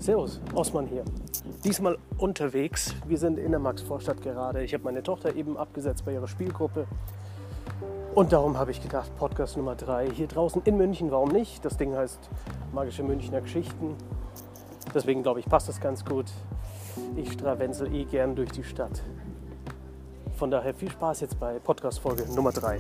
Servus, Osman hier. Diesmal unterwegs. Wir sind in der Maxvorstadt gerade. Ich habe meine Tochter eben abgesetzt bei ihrer Spielgruppe. Und darum habe ich gedacht, Podcast Nummer 3 hier draußen in München. Warum nicht? Das Ding heißt Magische Münchner Geschichten. Deswegen glaube ich, passt das ganz gut. Ich strawenzel gern durch die Stadt. Von daher viel Spaß jetzt bei Podcast-Folge Nummer 3.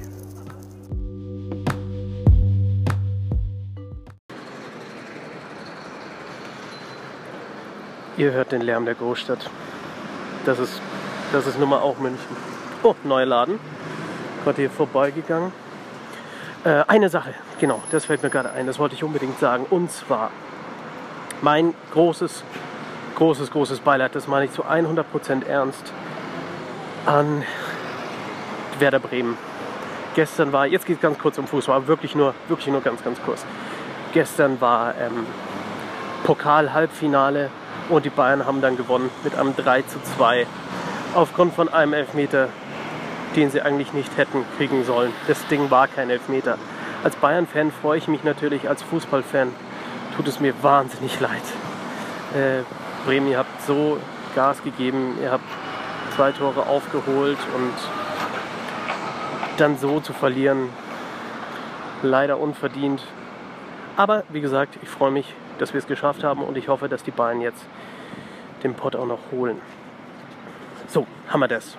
Ihr hört den Lärm der Großstadt. Das ist nun mal auch München. Oh, neuer Laden. Gerade hier vorbeigegangen. Eine Sache, genau, das fällt mir gerade ein. Das wollte ich unbedingt sagen. Und zwar mein großes Beileid, das meine ich zu 100% ernst, an Werder Bremen. Gestern war, jetzt geht es ganz kurz um Fußball, aber wirklich nur ganz kurz. Gestern war Pokal-Halbfinale. Und die Bayern haben dann gewonnen mit einem 3:2 aufgrund von einem Elfmeter, den sie eigentlich nicht hätten kriegen sollen. Das Ding war kein Elfmeter. Als Bayern-Fan freue ich mich natürlich, als Fußballfan tut es mir wahnsinnig leid. Bremen, ihr habt so Gas gegeben, ihr habt 2 Tore aufgeholt und dann so zu verlieren, leider unverdient. Aber wie gesagt, ich freue mich, dass wir es geschafft haben und ich hoffe, dass die Bayern jetzt den Pott auch noch holen. So, haben wir das.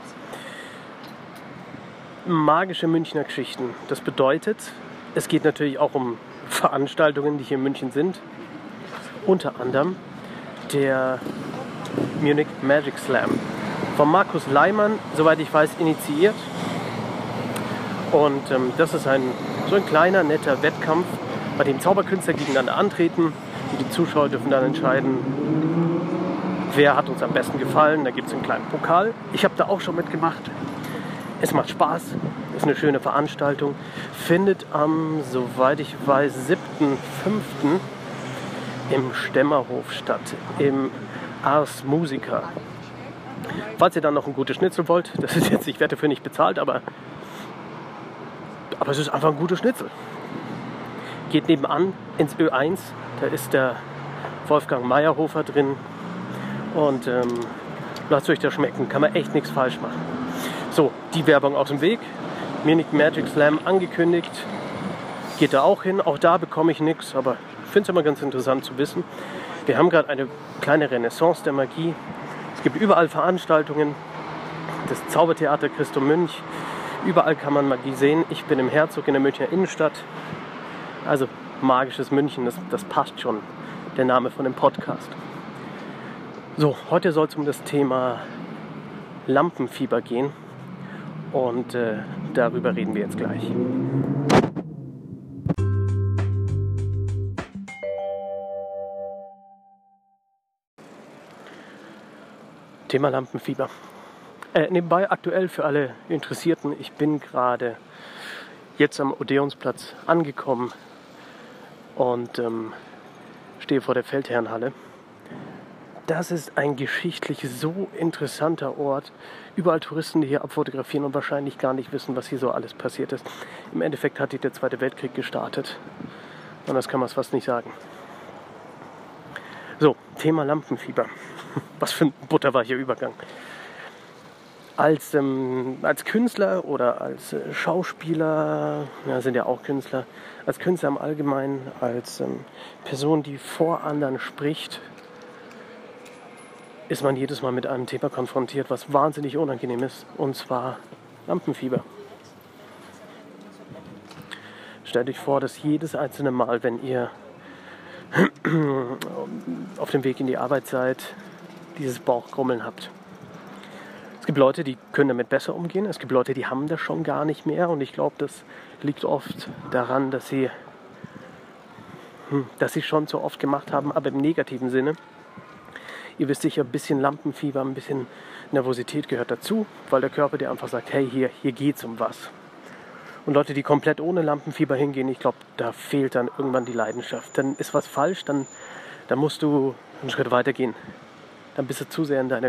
Magische Münchner Geschichten. Das bedeutet, es geht natürlich auch um Veranstaltungen, die hier in München sind. Unter anderem der Munich Magic Slam. Von Markus Leimann, soweit ich weiß, initiiert. Und das ist so ein kleiner, netter Wettkampf, bei dem Zauberkünstler gegeneinander antreten. Und die Zuschauer dürfen dann entscheiden, wer hat uns am besten gefallen. Da gibt es einen kleinen Pokal. Ich habe da auch schon mitgemacht. Es macht Spaß, ist eine schöne Veranstaltung. Findet am, soweit ich weiß, 7.5. im Stemmerhof statt, im Ars Musica. Falls ihr dann noch ein gutes Schnitzel wollt, das ist jetzt, ich werde dafür nicht bezahlt, aber es ist einfach ein gutes Schnitzel. Geht nebenan ins Ö1, da ist der Wolfgang Meyerhofer drin und lasst euch das schmecken, kann man echt nichts falsch machen. So, die Werbung aus dem Weg, Munich Magic Slam angekündigt, geht da auch hin, auch da bekomme ich nichts, aber ich finde es immer ganz interessant zu wissen. Wir haben gerade eine kleine Renaissance der Magie, es gibt überall Veranstaltungen, das Zaubertheater Christo Münch, überall kann man Magie sehen. Ich bin im Herzog in der Münchner Innenstadt. Also magisches München, das passt schon, der Name von dem Podcast. So, heute soll es um das Thema Lampenfieber gehen und darüber reden wir jetzt gleich. Thema Lampenfieber. Nebenbei aktuell für alle Interessierten, ich bin gerade jetzt am Odeonsplatz angekommen und stehe vor der Feldherrnhalle. Das ist ein geschichtlich so interessanter Ort. Überall Touristen, die hier abfotografieren und wahrscheinlich gar nicht wissen, was hier so alles passiert ist. Im Endeffekt hat hier der Zweite Weltkrieg gestartet. Anders kann man es fast nicht sagen. So, Thema Lampenfieber. Was für ein butterweicher Übergang. Als Künstler oder als Schauspieler, ja, sind ja auch Künstler, als Künstler im Allgemeinen, als Person, die vor anderen spricht, ist man jedes Mal mit einem Thema konfrontiert, was wahnsinnig unangenehm ist, und zwar Lampenfieber. Stellt euch vor, dass jedes einzelne Mal, wenn ihr auf dem Weg in die Arbeit seid, dieses Bauchgrummeln habt. Es gibt Leute, die können damit besser umgehen. Es gibt Leute, die haben das schon gar nicht mehr. Und ich glaube, das liegt oft daran, dass sie schon so oft gemacht haben, aber im negativen Sinne. Ihr wisst sicher, ein bisschen Lampenfieber, ein bisschen Nervosität gehört dazu, weil der Körper dir einfach sagt, hey, hier geht's um was. Und Leute, die komplett ohne Lampenfieber hingehen, ich glaube, da fehlt dann irgendwann die Leidenschaft. Dann ist was falsch, dann musst du einen Schritt weitergehen. Dann bist du zu sehr in deiner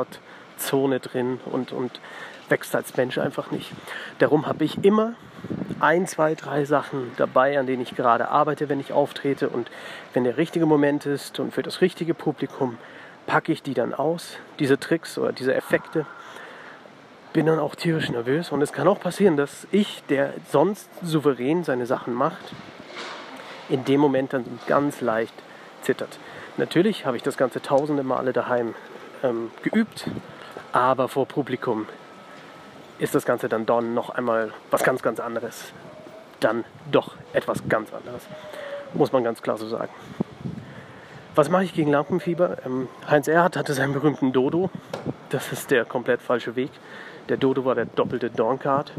Komfortzone drin und wächst als Mensch einfach nicht. Darum habe ich immer 1, 2, 3 Sachen dabei, an denen ich gerade arbeite, wenn ich auftrete. Und wenn der richtige Moment ist und für das richtige Publikum, packe ich die dann aus, diese Tricks oder diese Effekte. Bin dann auch tierisch nervös. Und es kann auch passieren, dass ich, der sonst souverän seine Sachen macht, in dem Moment dann ganz leicht zittert. Natürlich habe ich das Ganze tausende Male daheim geübt, aber vor Publikum ist das Ganze dann noch einmal was ganz, ganz anderes. Dann doch etwas ganz anderes. Muss man ganz klar so sagen. Was mache ich gegen Lampenfieber? Heinz Erhardt hatte seinen berühmten Dodo. Das ist der komplett falsche Weg. Der Dodo war der doppelte Dornkart.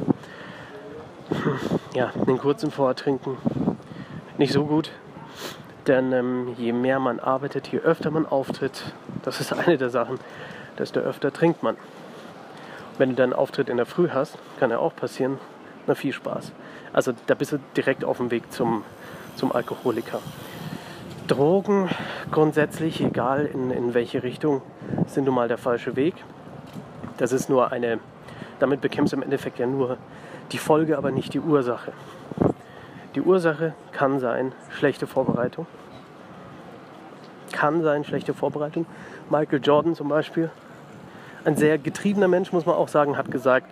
Ja, den kurzen vorher trinken. Nicht so gut. Denn je mehr man arbeitet, je öfter man auftritt, das ist eine der Sachen, desto öfter trinkt man. Wenn du dann einen Auftritt in der Früh hast, kann ja auch passieren, na viel Spaß. Also da bist du direkt auf dem Weg zum Alkoholiker. Drogen grundsätzlich, egal in welche Richtung, sind nun mal der falsche Weg. Das ist nur damit bekämpfst du im Endeffekt ja nur die Folge, aber nicht die Ursache. Die Ursache kann sein, schlechte Vorbereitung. Michael Jordan zum Beispiel, ein sehr getriebener Mensch, muss man auch sagen, hat gesagt,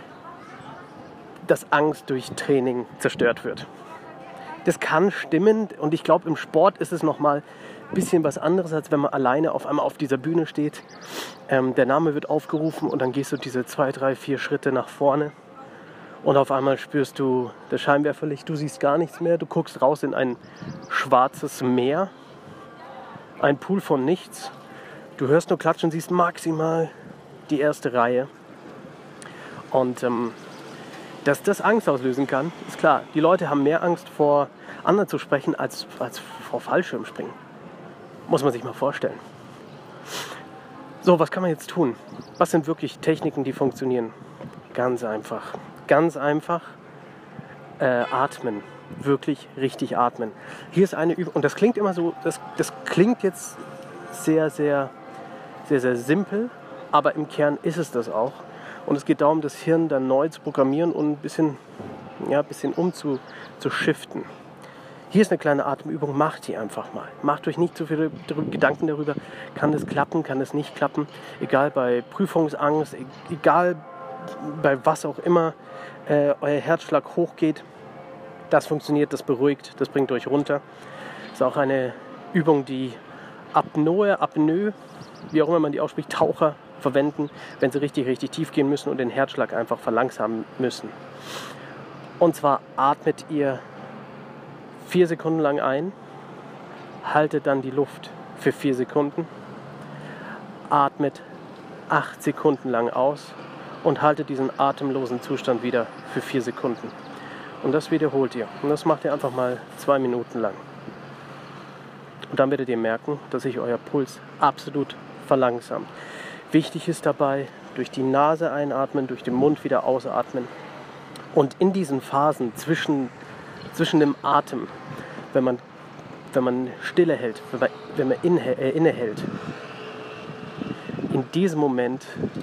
dass Angst durch Training zerstört wird. Das kann stimmen und ich glaube, im Sport ist es nochmal ein bisschen was anderes, als wenn man alleine auf einmal auf dieser Bühne steht. Der Name wird aufgerufen und dann gehst du diese 2, 3, 4 Schritte nach vorne und auf einmal spürst du das Scheinwerferlicht, du siehst gar nichts mehr, du guckst raus in ein schwarzes Meer, ein Pool von nichts, du hörst nur Klatschen, siehst maximal die erste Reihe und dass das Angst auslösen kann, ist klar. Die Leute haben mehr Angst vor anderen zu sprechen als vor Fallschirmspringen. Muss man sich mal vorstellen. So, was kann man jetzt tun? Was sind wirklich Techniken, die funktionieren? Ganz einfach. Atmen. Wirklich richtig atmen. Hier ist eine Übung, und das klingt immer so, das klingt jetzt sehr, sehr, sehr, sehr simpel, aber im Kern ist es das auch. Und es geht darum, das Hirn dann neu zu programmieren und ein bisschen umzuschiften. Hier ist eine kleine Atemübung, macht die einfach mal. Macht euch nicht zu viele Gedanken darüber, kann es klappen, kann es nicht klappen. Egal bei Prüfungsangst, egal bei was auch immer euer Herzschlag hochgeht. Das funktioniert, das beruhigt, das bringt euch runter. Das ist auch eine Übung, die Apnoe, wie auch immer man die ausspricht, Taucher verwenden, wenn sie richtig, richtig tief gehen müssen und den Herzschlag einfach verlangsamen müssen. Und zwar atmet ihr 4 Sekunden lang ein, haltet dann die Luft für 4 Sekunden, atmet 8 Sekunden lang aus und haltet diesen atemlosen Zustand wieder für 4 Sekunden. Und das wiederholt ihr. Und das macht ihr einfach mal 2 Minuten lang. Und dann werdet ihr merken, dass sich euer Puls absolut verlangsamt. Wichtig ist dabei, durch die Nase einatmen, durch den Mund wieder ausatmen. Und in diesen Phasen zwischen dem Atem, wenn man Stille hält, wenn man innehält, in diesem Moment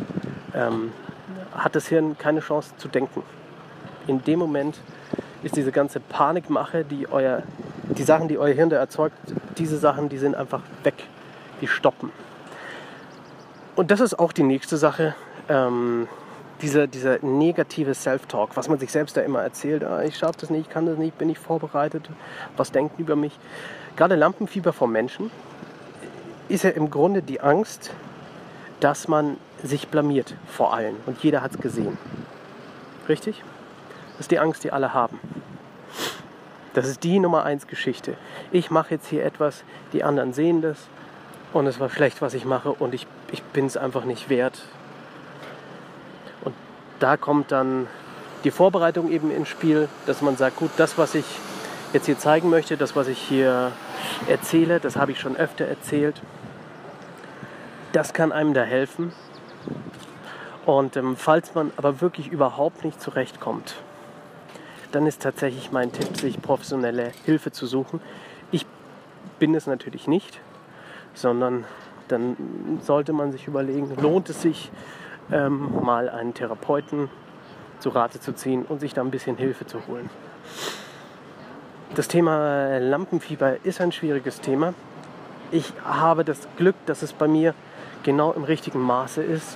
hat das Hirn keine Chance zu denken. In dem Moment ist diese ganze Panikmache, die Sachen, die euer Hirn da erzeugt, diese Sachen, die sind einfach weg, die stoppen. Und das ist auch die nächste Sache, dieser negative Self-Talk, was man sich selbst da immer erzählt, ich schaffe das nicht, ich kann das nicht, bin nicht vorbereitet, was denken über mich. Gerade Lampenfieber vor Menschen ist ja im Grunde die Angst, dass man sich blamiert vor allen und jeder hat es gesehen. Richtig? Das ist die Angst, die alle haben. Das ist die Nummer 1 Geschichte. Ich mache jetzt hier etwas, die anderen sehen das und es war schlecht, was ich mache und ich bin es einfach nicht wert. Und da kommt dann die Vorbereitung eben ins Spiel, dass man sagt, gut, das, was ich jetzt hier zeigen möchte, das, was ich hier erzähle, das habe ich schon öfter erzählt. Das kann einem da helfen. Und falls man aber wirklich überhaupt nicht zurechtkommt, dann ist tatsächlich mein Tipp, sich professionelle Hilfe zu suchen. Ich bin es natürlich nicht, sondern dann sollte man sich überlegen, lohnt es sich, mal einen Therapeuten zu Rate zu ziehen und sich da ein bisschen Hilfe zu holen. Das Thema Lampenfieber ist ein schwieriges Thema. Ich habe das Glück, dass es bei mir genau im richtigen Maße ist.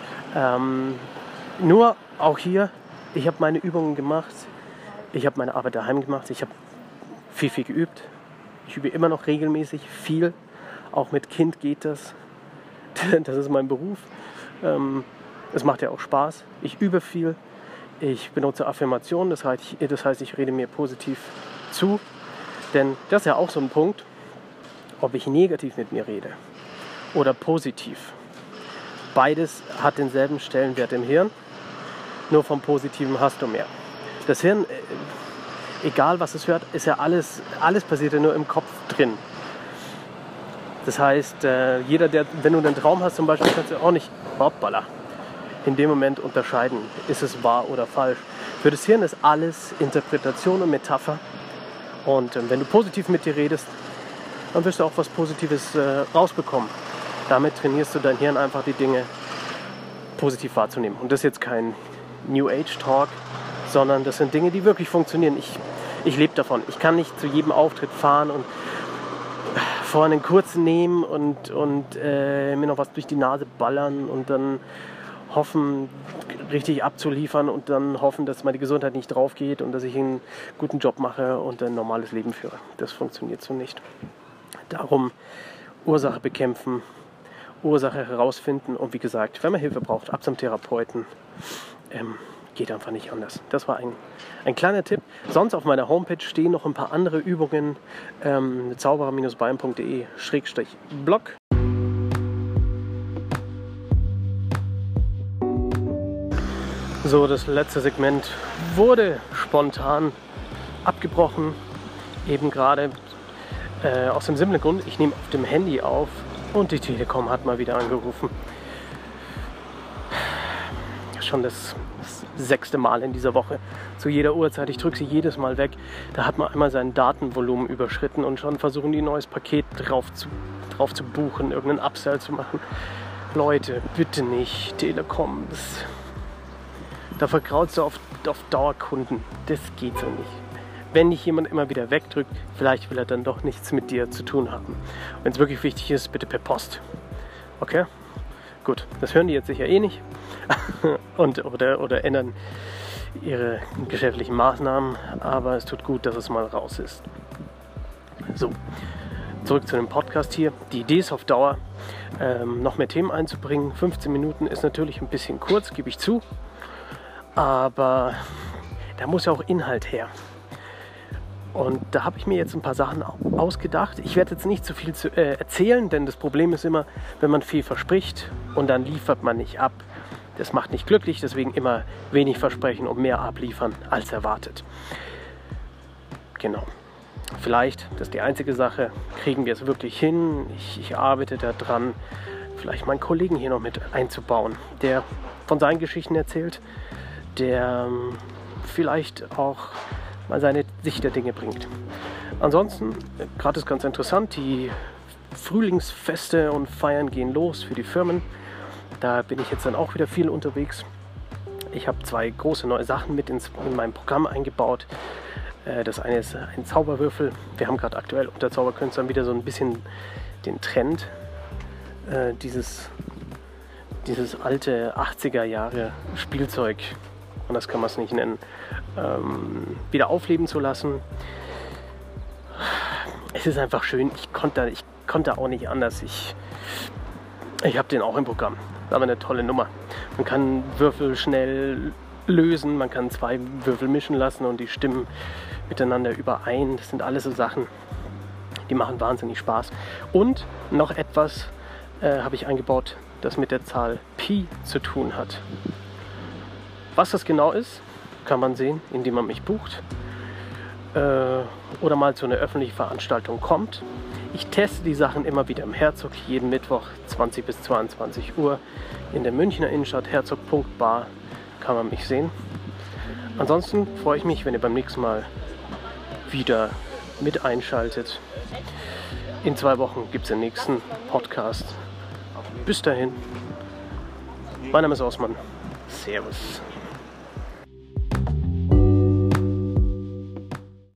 Nur auch hier, ich habe meine Übungen gemacht, ich habe meine Arbeit daheim gemacht, ich habe viel geübt. Ich übe immer noch regelmäßig viel, auch mit Kind geht das. Das ist mein Beruf. Es macht ja auch Spaß. Ich übe viel, ich benutze Affirmationen, das heißt, ich rede mir positiv zu. Denn das ist ja auch so ein Punkt, ob ich negativ mit mir rede oder positiv. Beides hat denselben Stellenwert im Hirn, nur vom Positiven hast du mehr. Das Hirn, egal was es hört, ist ja alles passiert ja nur im Kopf drin. Das heißt, wenn du einen Traum hast zum Beispiel, kannst du auch nicht in dem Moment unterscheiden, ist es wahr oder falsch. Für das Hirn ist alles Interpretation und Metapher. Und wenn du positiv mit dir redest, dann wirst du auch was Positives rausbekommen. Damit trainierst du dein Hirn einfach, die Dinge positiv wahrzunehmen. Und das ist jetzt kein New Age Talk, sondern das sind Dinge, die wirklich funktionieren. Ich lebe davon. Ich kann nicht zu jedem Auftritt fahren und vorher einen kurzen nehmen und mir noch was durch die Nase ballern und dann hoffen, richtig abzuliefern und dann hoffen, dass meine Gesundheit nicht drauf geht und dass ich einen guten Job mache und ein normales Leben führe. Das funktioniert so nicht. Darum Ursache bekämpfen, Ursache herausfinden und wie gesagt, wenn man Hilfe braucht, ab zum Therapeuten, geht einfach nicht anders. Das war ein kleiner Tipp. Sonst auf meiner Homepage stehen noch ein paar andere Übungen, zauberer-bayern.de/blog. So, das letzte Segment wurde spontan abgebrochen, eben gerade aus dem simplen Grund, ich nehme auf dem Handy auf und die Telekom hat mal wieder angerufen. Schon das 6. Mal in dieser Woche, zu jeder Uhrzeit, ich drücke sie jedes Mal weg, da hat man einmal sein Datenvolumen überschritten und schon versuchen die ein neues Paket drauf zu buchen, irgendeinen Upsell zu machen. Leute, bitte nicht, Telekom, da verkrautst du auf Dauerkunden. Das geht so nicht. Wenn dich jemand immer wieder wegdrückt, vielleicht will er dann doch nichts mit dir zu tun haben. Wenn es wirklich wichtig ist, bitte per Post. Okay? Gut, das hören die jetzt sicher eh nicht. oder ändern ihre geschäftlichen Maßnahmen. Aber es tut gut, dass es mal raus ist. So, zurück zu dem Podcast hier. Die Idee ist auf Dauer, noch mehr Themen einzubringen. 15 Minuten ist natürlich ein bisschen kurz, gebe ich zu. Aber da muss ja auch Inhalt her. Und da habe ich mir jetzt ein paar Sachen ausgedacht. Ich werde jetzt nicht zu viel erzählen, denn das Problem ist immer, wenn man viel verspricht und dann liefert man nicht ab. Das macht nicht glücklich, deswegen immer wenig versprechen und mehr abliefern als erwartet. Genau. Vielleicht, das ist die einzige Sache, kriegen wir es wirklich hin. Ich arbeite daran, vielleicht meinen Kollegen hier noch mit einzubauen, der von seinen Geschichten erzählt, der vielleicht auch mal seine Sicht der Dinge bringt. Ansonsten, gerade ist ganz interessant, die Frühlingsfeste und Feiern gehen los für die Firmen. Da bin ich jetzt dann auch wieder viel unterwegs. Ich habe 2 große neue Sachen mit in mein Programm eingebaut. Das eine ist ein Zauberwürfel. Wir haben gerade aktuell unter Zauberkünstlern wieder so ein bisschen den Trend, dieses alte 80er Jahre Spielzeug, und das kann man es nicht nennen, wieder aufleben zu lassen. Es ist einfach schön, ich konnte auch nicht anders. Ich habe den auch im Programm. Das ist aber eine tolle Nummer. Man kann Würfel schnell lösen, man kann 2 Würfel mischen lassen und die stimmen miteinander überein. Das sind alles so Sachen, die machen wahnsinnig Spaß. Und noch etwas habe ich eingebaut, das mit der Zahl Pi zu tun hat. Was das genau ist, kann man sehen, indem man mich bucht oder mal zu einer öffentlichen Veranstaltung kommt. Ich teste die Sachen immer wieder im Herzog, jeden Mittwoch 20 bis 22 Uhr in der Münchner Innenstadt, herzog.bar, kann man mich sehen. Ansonsten freue ich mich, wenn ihr beim nächsten Mal wieder mit einschaltet. In 2 Wochen gibt es den nächsten Podcast. Bis dahin. Mein Name ist Osman. Servus.